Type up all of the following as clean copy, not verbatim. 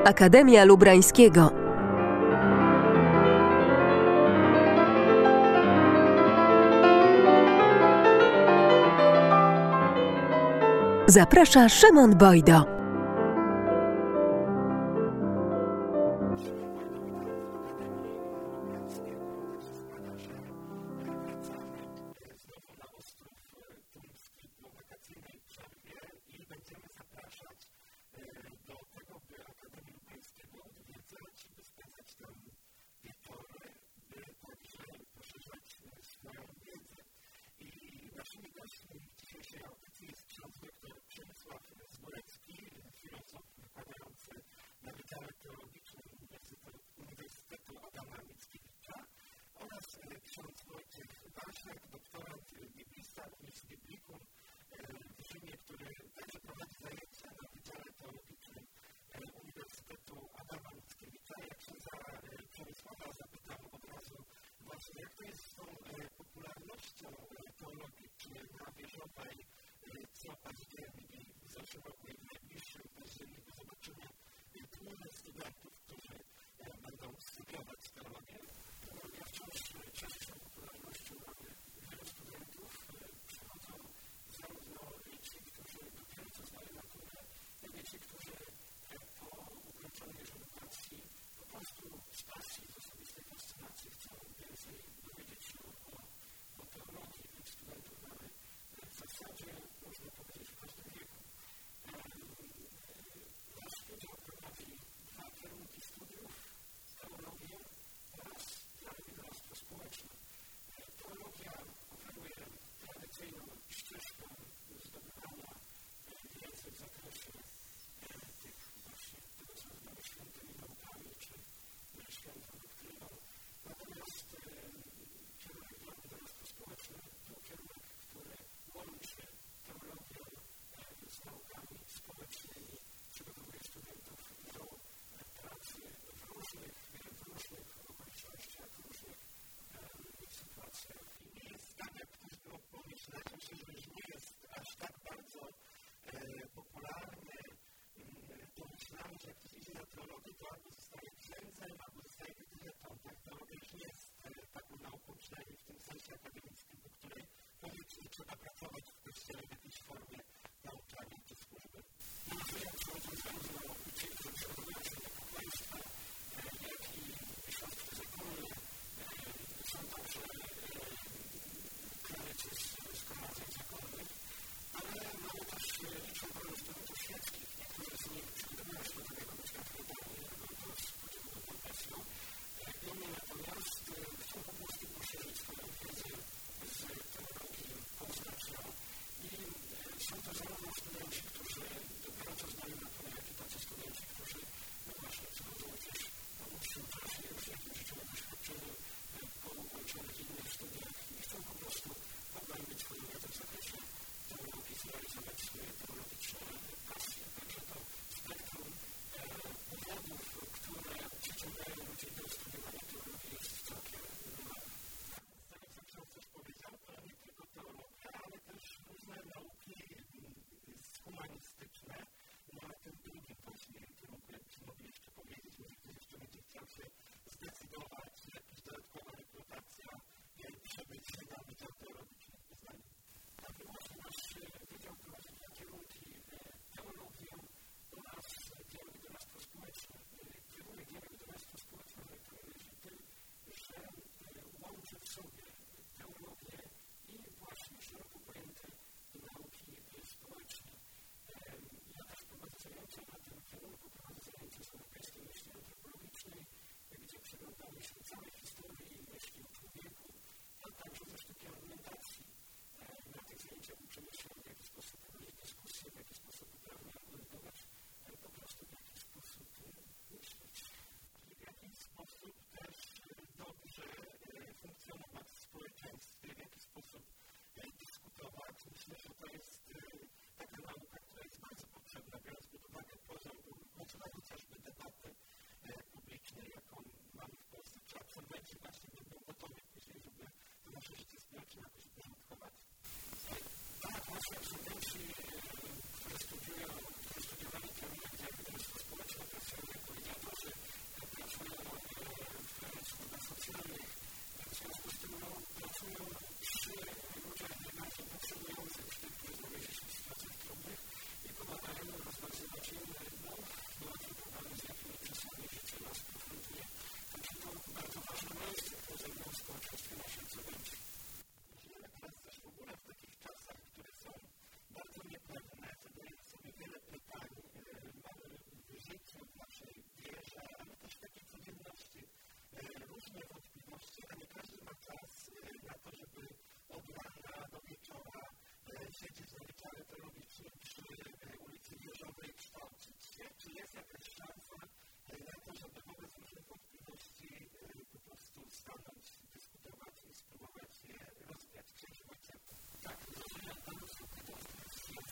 Akademia Lubrańskiego. Zaprasza Szymon Bojdo.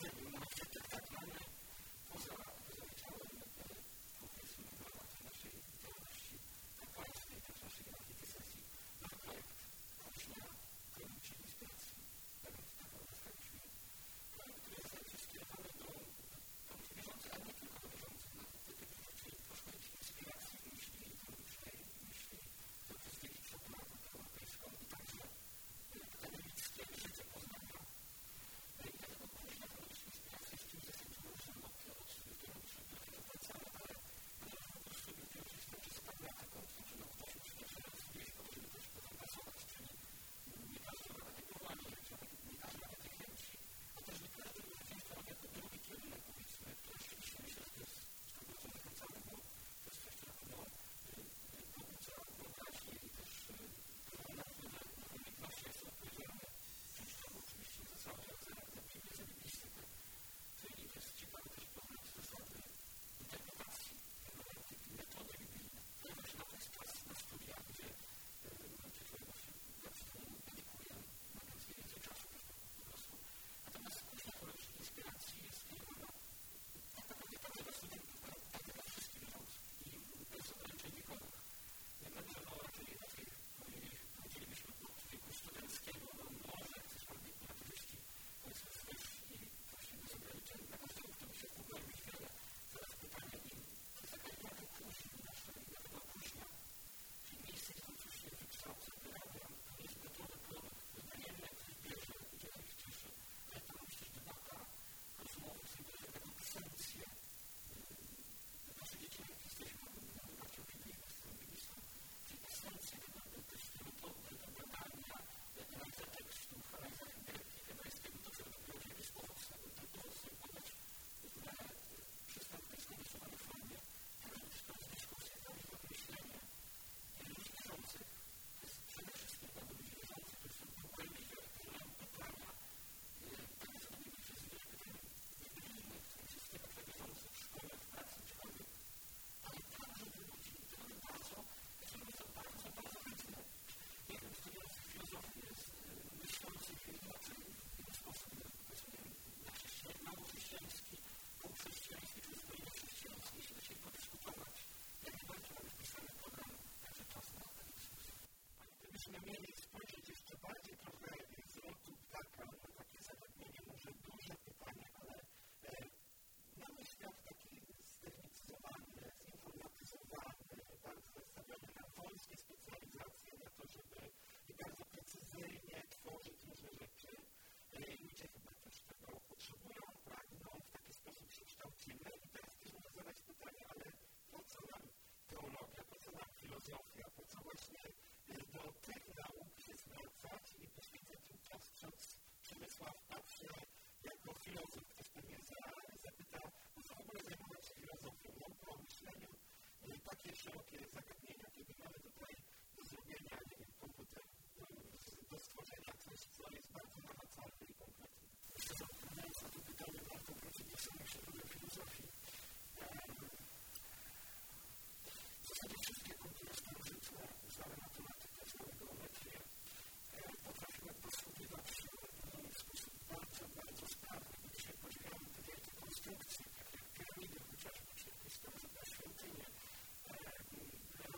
konstrukcji, tak jak piramidy, chociażby, czy jakieś starożytne świątynie,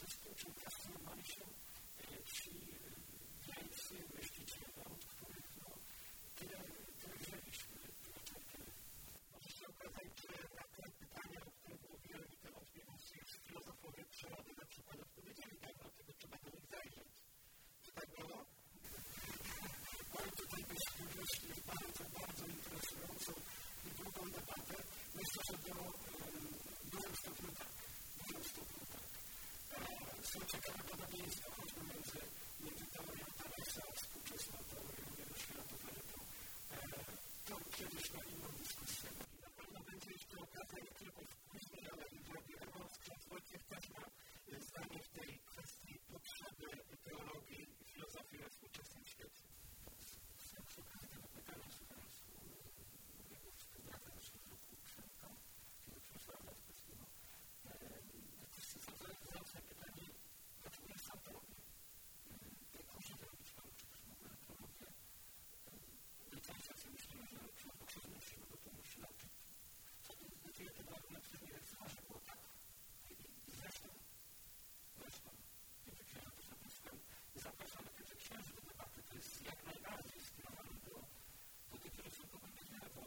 wszystkim, czym fascynowali się ci wielcy myśliciele, od których tyle wzięliśmy. Może się okazać, że na te pytania, o których mówiłem, i te wątpliwości już filozofowie przyrody na przykład odpowiedzieli tak, dlatego trzeba do nich zajrzeć. Czy tak było? Mam tutaj myślę, bardzo interesującą i długą debatę. Myślę, że do dużym stopniu tak. Są ciekawe podobieństwa choćby między teorią Thalesa a współczesną teorią wieloświatów, ale to kiedyś na inną dyskusję. Na pewno będzie jeszcze okazja nie tylko w później, ale i drogi remont. Ksiądz Wojciech też ma zdanie w tej kwestii potrzeby teologii i filozofii we współczesnym świecie. Przy okazji tego pytania słuchając mojego współbrata naszego roku Przemka, czyli Przemysława Latkowskiego, zadając pytanie, dlaczego jest sam teologię? Jak muszę zrobić Pan, czy też w ogóle teologię? I cały czas myślimy, że ksiądz Bokrzewny przyjdzie do tłumu śledczy. Znaczy, ja tego na przykład nie wiem, że było tak. I zresztą, kiedy księża to zapisałem, zapraszamy także księży do debaty. To jest jak najbardziej skierowane do tych filozofów wiary, bo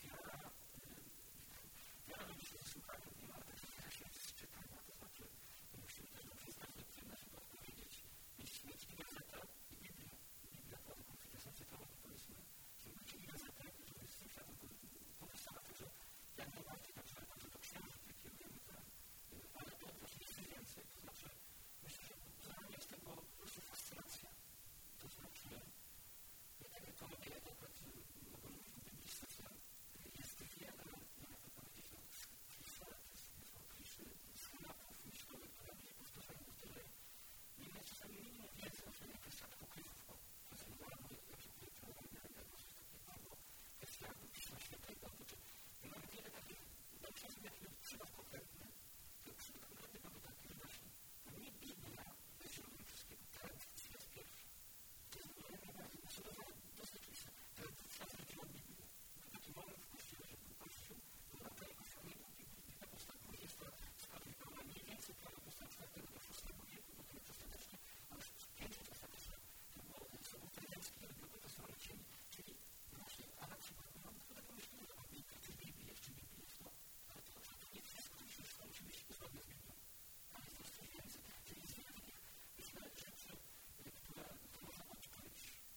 wiara robi się słuchania, nie ma takich raczej z czytania, to znaczy musimy też dobrze znać doktrynę, żeby odpowiedzieć, mieć i gazetę, i Biblię. Biblia to są cytowane, powiedzmy, żeby mieć i gazetę, żeby z tym światem pomysłała, także jak najbardziej także do księży, które kierujemy ale to właśnie jeszcze więcej, to znaczy myślę, że dla mnie jest tego po prostu fascynacja. To znaczy, tak jak to robię, jak mogę mówić o biblistyce, jest wiele, jak to powiedzieć, kliszy, schematów myślowych, które mnie powtarzają do tyle. Niemniej czasami nie wiedzą, że jakaś tak pokrywko, to jest normalne, jak się powie teologia, jak coś takiego, jest jakby Pisma Świętego, to mamy wiele takich, czasem jakiegoś przykład konkretny, to przykład konkretny mamy taki, że właśnie nie Biblia jest źródłem wszystkiego, tradycja jest pierwsza. To jest najbardziej naśladowane dosyć oczywiste. Tradycja zrodziła Biblię. Był taki moment w Kościele, że był Kościół, był na tej Kościoła nie był Biblii. Ta postać 20 składów pełna mniej więcej prawa postać 4 do 6 wieku, bo to niedostatecznie, ale 5 dostatecznie. To było słowo trydenckie, robiło to stronę cieni, czyli właśnie, a na przykład mamy chyba pomyślimy, że czy Biblii jest, czy Biblii jest, ale to nie wszystko musi być zgodne z Biblią. Ale jest to coś więcej. Czyli jest wiele takich różne rzeczy, które można odkryć.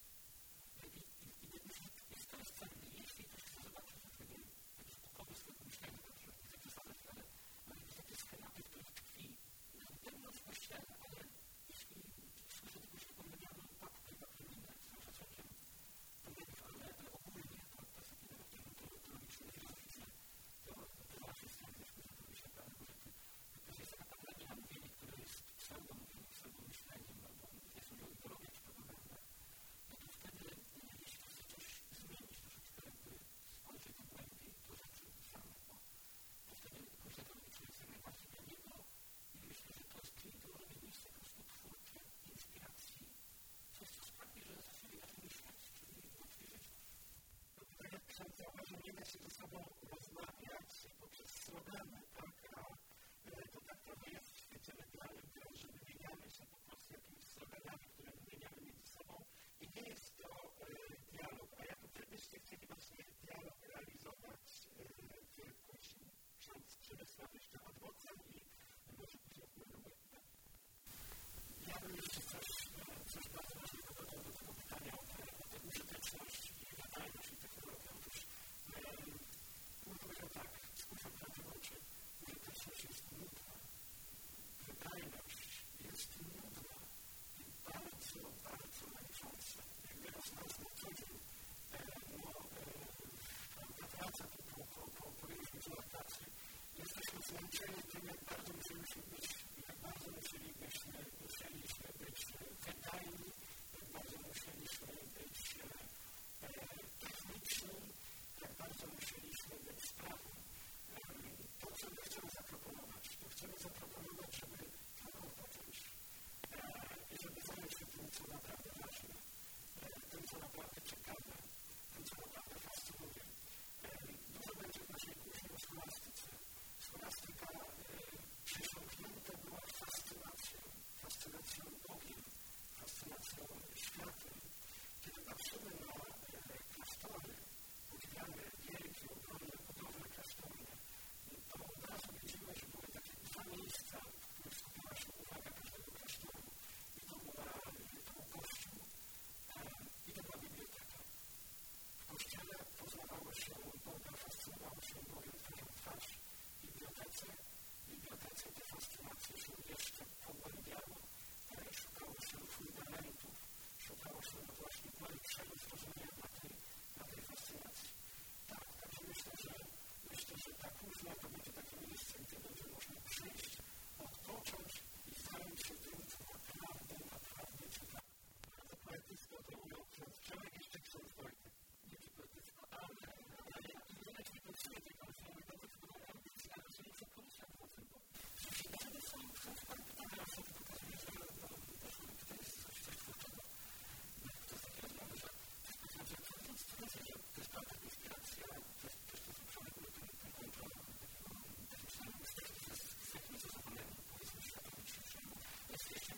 I jest to jest cenne, jeśli ktoś chce zobaczyć jakieś układy swojego myślenia, także nie chcę przesadzić, ale jest takie schematy, w których tkwi wewnątrz w Kościele, ale jeśli słyszę tylko się pomyliamy, papryminę z szacunkiem do mediów, ale ogólnie to jest takie nawet teologiczne, filozoficzne, to właśnie stwierdziliśmy, że to się prawda, że to jest taka patologia mówienie, które jest pseudomówieniem, pseudomyśleniem, albo jest o ideologię czy propagandę, no to wtedy, jeśli to chce coś zmienić, troszeczkę jakby spojrzeć głębiej do rzeczy samych, to wtedy myślę, teologicznie jest jak najbardziej dla niego i myślę, że to jest czyli teologia miejsce po prostu twórcze, inspiracji, coś, co sprawi, że zaczniemy inaczej myśleć, czyli łatwiej żyć. Tak jak ksiądz zauważył, nie da się ze sobą rozmawiać poprzez slogany, tak? A to tak trochę jest w świecie medialnym, że wymieniamy się po prostu jakimiś sloganami, które wymieniamy między sobą i nie jest to dialog. A ja tu serdecznie chcieli właśnie dialog realizować w Kościół. Ksiądz Przemysław jeszcze adwokat i może później odpowiadamy. Ja bym jeszcze coś bardzo ważnego dodał do tego pytania o tę użyteczność i wydajność i technologię. Otóż powiedział tak, skupiam się na tym, przejść stworzenie na tej fascynacji. Tak, także myślę, że ta kuźnia to będzie takie miejsce, gdzie będzie można przyjść, odpocząć i zająć się tym, co naprawdę ciekawe. Bardzo poetycko to ujął ksiądz Czołek, jeszcze ksiądz Wojtek. Nie poetycko, ale ja nie potrzebuję tej konferencji, bardzo podoba ambicja, że nie chcę pomyśleć o tym, bo przede są pytania, a są pokazuje, że to jest coś twórczego. To jest takie rozmowy, że to jest prawda inspiracja, to jest też to, co przeległo tym kontrolą, takim samym z jakimś zachowaniem, powiedzmy, światowi dzisiejszemu. Jest jeszcze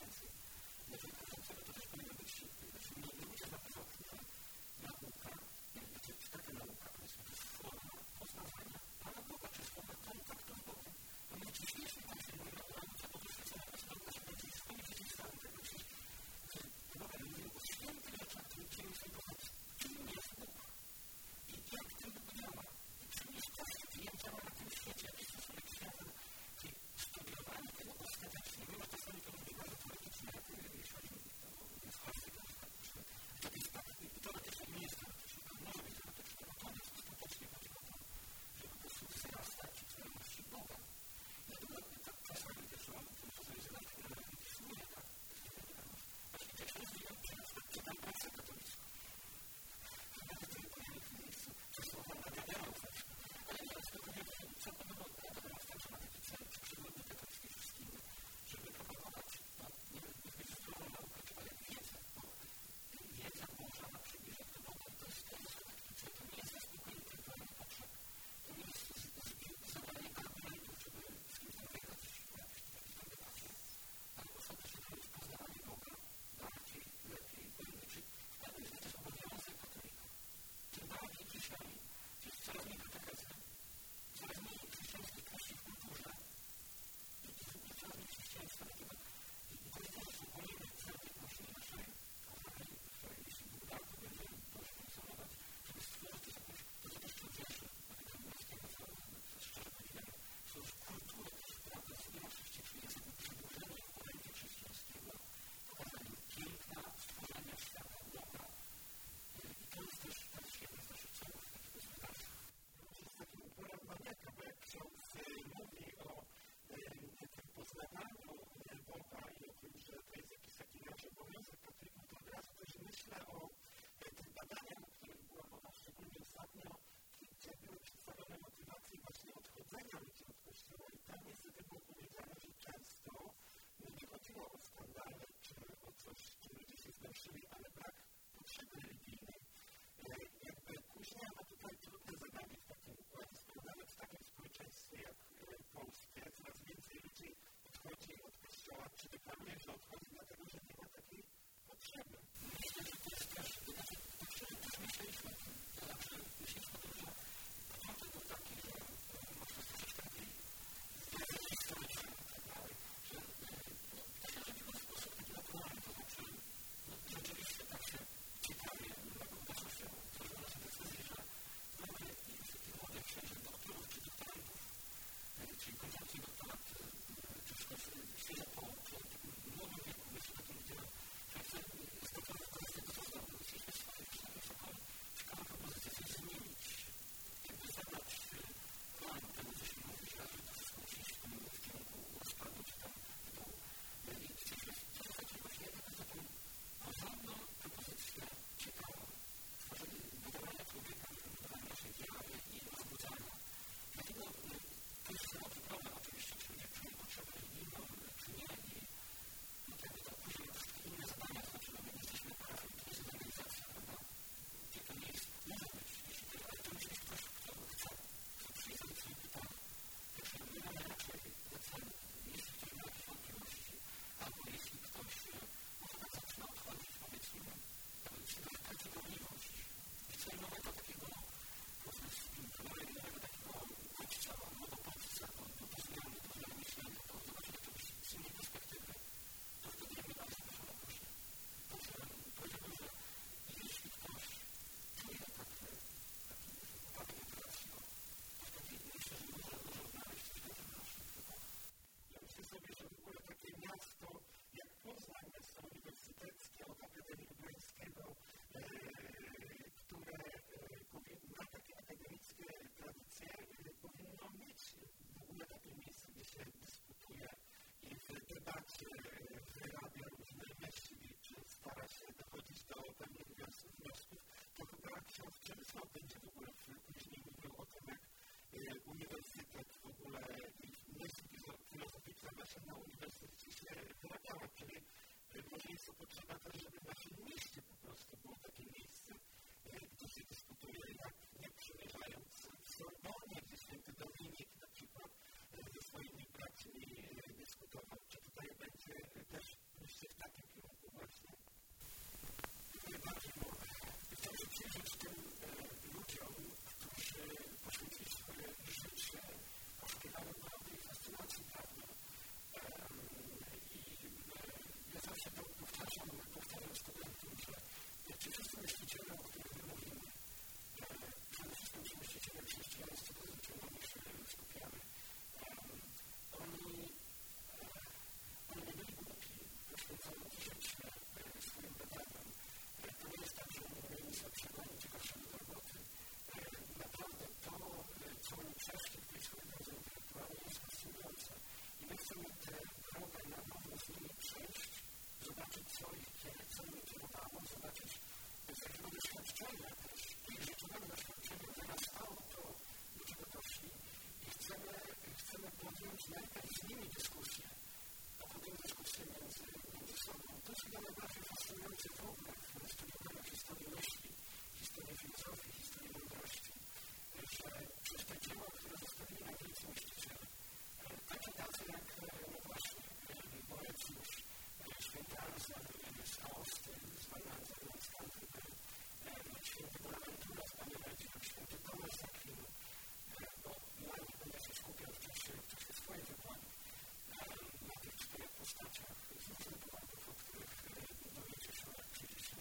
jest chyba najbardziej fascynujące w ogóle w studiowaniu historii myśli, historii filozofii, historii mądrości, że przez te dzieła, które zostawili na wielcy myśliciele, takie tacy jak, no właśnie, Boecjusz, święty Alexander z Austrii, z Wallandzem, z Canterbury, święty Bonaventura z Panieredzie, święty Tomasz z Akwinu, bo na nich będę się skupiał w czasie swojej wykładu, na tych czterech postaciach z różnych powodów, o których dowiecie się, jak przyjdzie się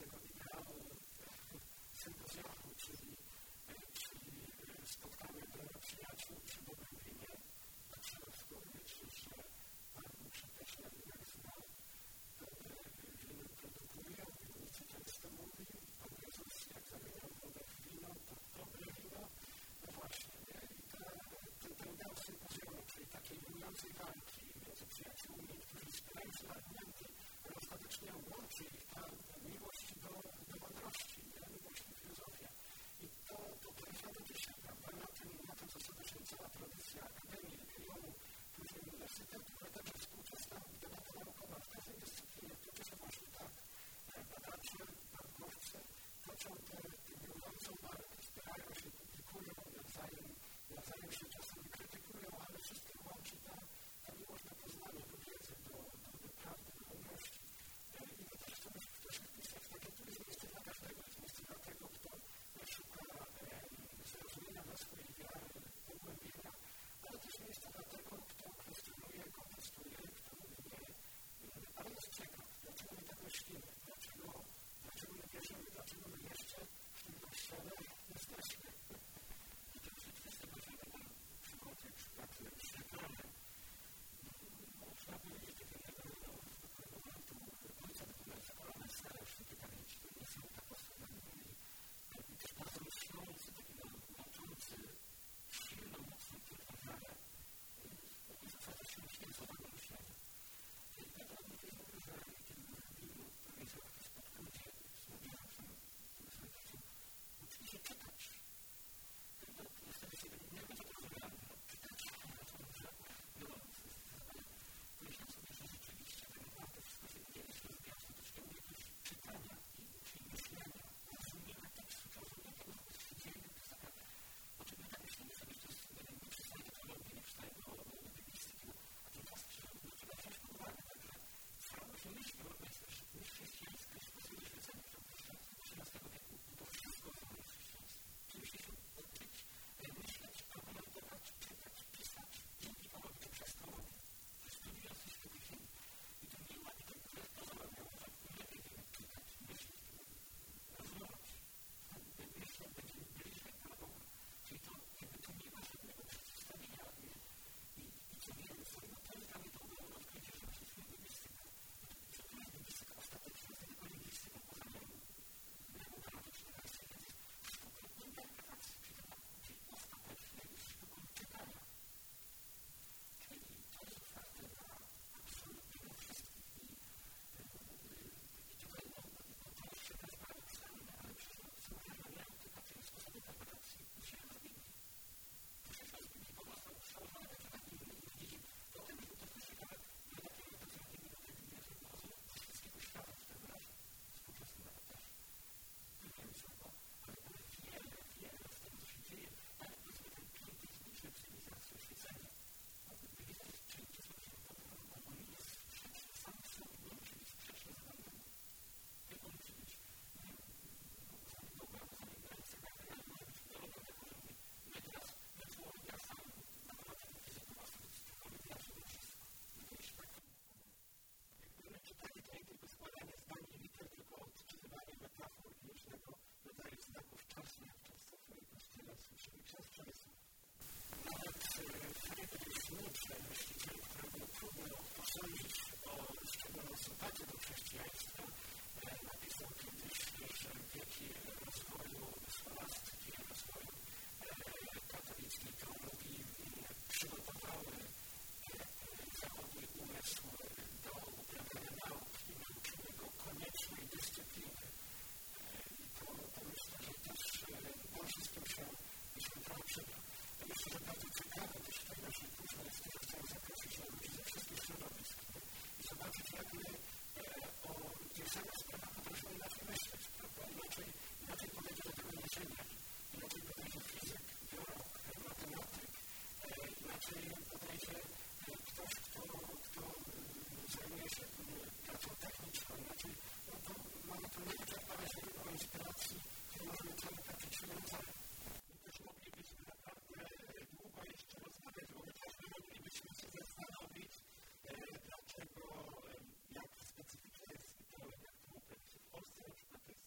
tego ideału sympozjonu, czyli spotkania dla przyjaciół przy dobrym winie, a trzeba wspomnieć, że Pan przedeczny jak zna dobre wino produkują, winnicy często mówił, Pan Jezus jak zamieniał wodę w wino, to dobre wino, no właśnie, nie? I ten ideał sympozjonu, czyli takiej mówiącej walki między przyjaciółmi, którzy wspierają się argumenty, ale ostatecznie łączy ich ta miłość do mądrości, miłość do filozofii. I to trafia do dzisiaj, prawda? Na tym zasadza się cała tradycja akademii, regionu, później uniwersytetu, ale także współczesna debata naukowa w każdej dyscyplinie toczy się właśnie tak. Badacze, naukowcy toczą tę biorącą walkę, wspierają się, publikują, nawzajem się czasem krytykują, ale wszystkim łączy ta miłość do poznania, do wiedzy, do prawdy, do mądrości. I my też chcemy w naszych pismach, tak jak tu jest miejsce dla każdego, jest miejsce dla tego, kto szuka zrozumienia dla swojej wiary, pogłębienia, ale też miejsce dla tego, kto kwestionuje, kontestuje, kto mówi nie, ale jest ciekaw, dlaczego my tak myślimy, dlaczego my wierzymy, dlaczego my jeszcze w tym kościele jesteśmy. I to jest rzeczywiście właśnie taką przygody, przykłady przegrane. Można powiedzieć, że pewnego momentu ojca Dygmenta Kolana starał się pamięci, to nie są tak osoby, i też bardzo myślący, taki łączący silną, mocną wiarę, w zasadzie się święconego myślenia. I naprawdę to jest mówię, że kiedy mówimy, pewnie są jakieś podkrócie, wspomniałem się, uczyli się czytać. Niestety się nie będzie to rozumiane, czytać, że myślę sobie, że rzeczywiście tak naprawdę wszystko się dzieje, się rozwija skutecznie u jakiegoś czytania i uczyli myślenia, rozumienia tekstu, rozumienia tego, co się dzieje, to jest taka, oczywiście tak myślimy sobie, że to jest nie przystaje do teologii, nie przystaje do biblistyki, a tymczasem trzeba wziąć pod uwagę, także całość myśli europejska, myśl chrześcijańska, sposób myślenia w XIII wieku, to wszystko jest chrześcijaństwo. Czyli się uczyć, myśleć, argumentować, czytać, pisać, dzięki teologii przez teologię. Studiując historię ziemi. I to nie ma, i to pozwala że lepiej wiemy czytać, myśleć, rozumować. Myśleć będziemy bliżej Pana Boga. Czyli to jakby to nie ma żadnego przedstawienia. I co więcej, no to jest dla mnie to ogromne odkrycie, że właśnie jest lingwistyka. Że to jest lingwistyka ostateczna, to tylko lingwistyka poza gramatyczną wersję, więc sztuką interpretacji, czyli ostatecznej sztuką czytania. Czyli to jest otwarte na absolutnie wszystkich. I tutaj to jeszcze też paradoksalne, ale przecież są różne sposoby interpretacji dzisiaj z Biblii. Przecież z Biblii po prostu przełożone też na inne i widzicie, to o tym, że to też ciekawe, że takie interpretacje do tej Biblii są bardzo ze wszystkiego świata, w tym razie współczesnym nawet też. Wiemy słowo, ale wiele z tego, co się dzieje, ale powiedzmy ten piękniejszy cywilizacji oświecenia. Czyli to sobie się on nie jest sprzeczny, sam sobie nie musi być sprzeczny z Bogiem. Jak on musi być za Boga, za niego granice, ja nie muszę być ideologią tego, że my teraz ja sam matematykę, fizykę, cokolwiek ja sobie wszystko. To jest tak. Jakby czytanie to nie tylko składanie zdań i liter, tylko odczytywanie metafor i różnego rodzaju znaków czasnych, często w kościele słyszymy książkę. Nawet Friedrich Nietzsche, myśliciel, którego trudno posądzić o szczególną sympatię do chrześcijaństwa, napisał kiedyś, że wieki rozwoju scholastyki, rozwoju katolickiej teologii przygotowały zachodni umysł do uprawiania nauk i nauczyły go koniecznej dyscypliny. I to myślę, że też może z tym się trochę przyda. Myślę, że bardzo ciekawe też w tej naszej kurze jest to, że chcemy zaprosić ludzi ze wszystkich środowisk i zobaczyć, jak my o tych samych sprawach potrafimy inaczej myśleć, prawda? Inaczej podejdzie do tego myślenia, inaczej podejdzie fizyk, biolog, matematyk, inaczej podejdzie ktoś, kto zajmuje się pracą techniczną, inaczej mamy tu niewyczerpane źródło inspiracji, które możemy cały taki przywiązać. Też moglibyśmy naprawdę długo jeszcze rozmawiać, bo my też moglibyśmy się zastanowić, dlaczego, jak specyficzna jest teologia, w Polsce na przykład to jest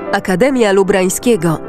Akademia Lubrańskiego.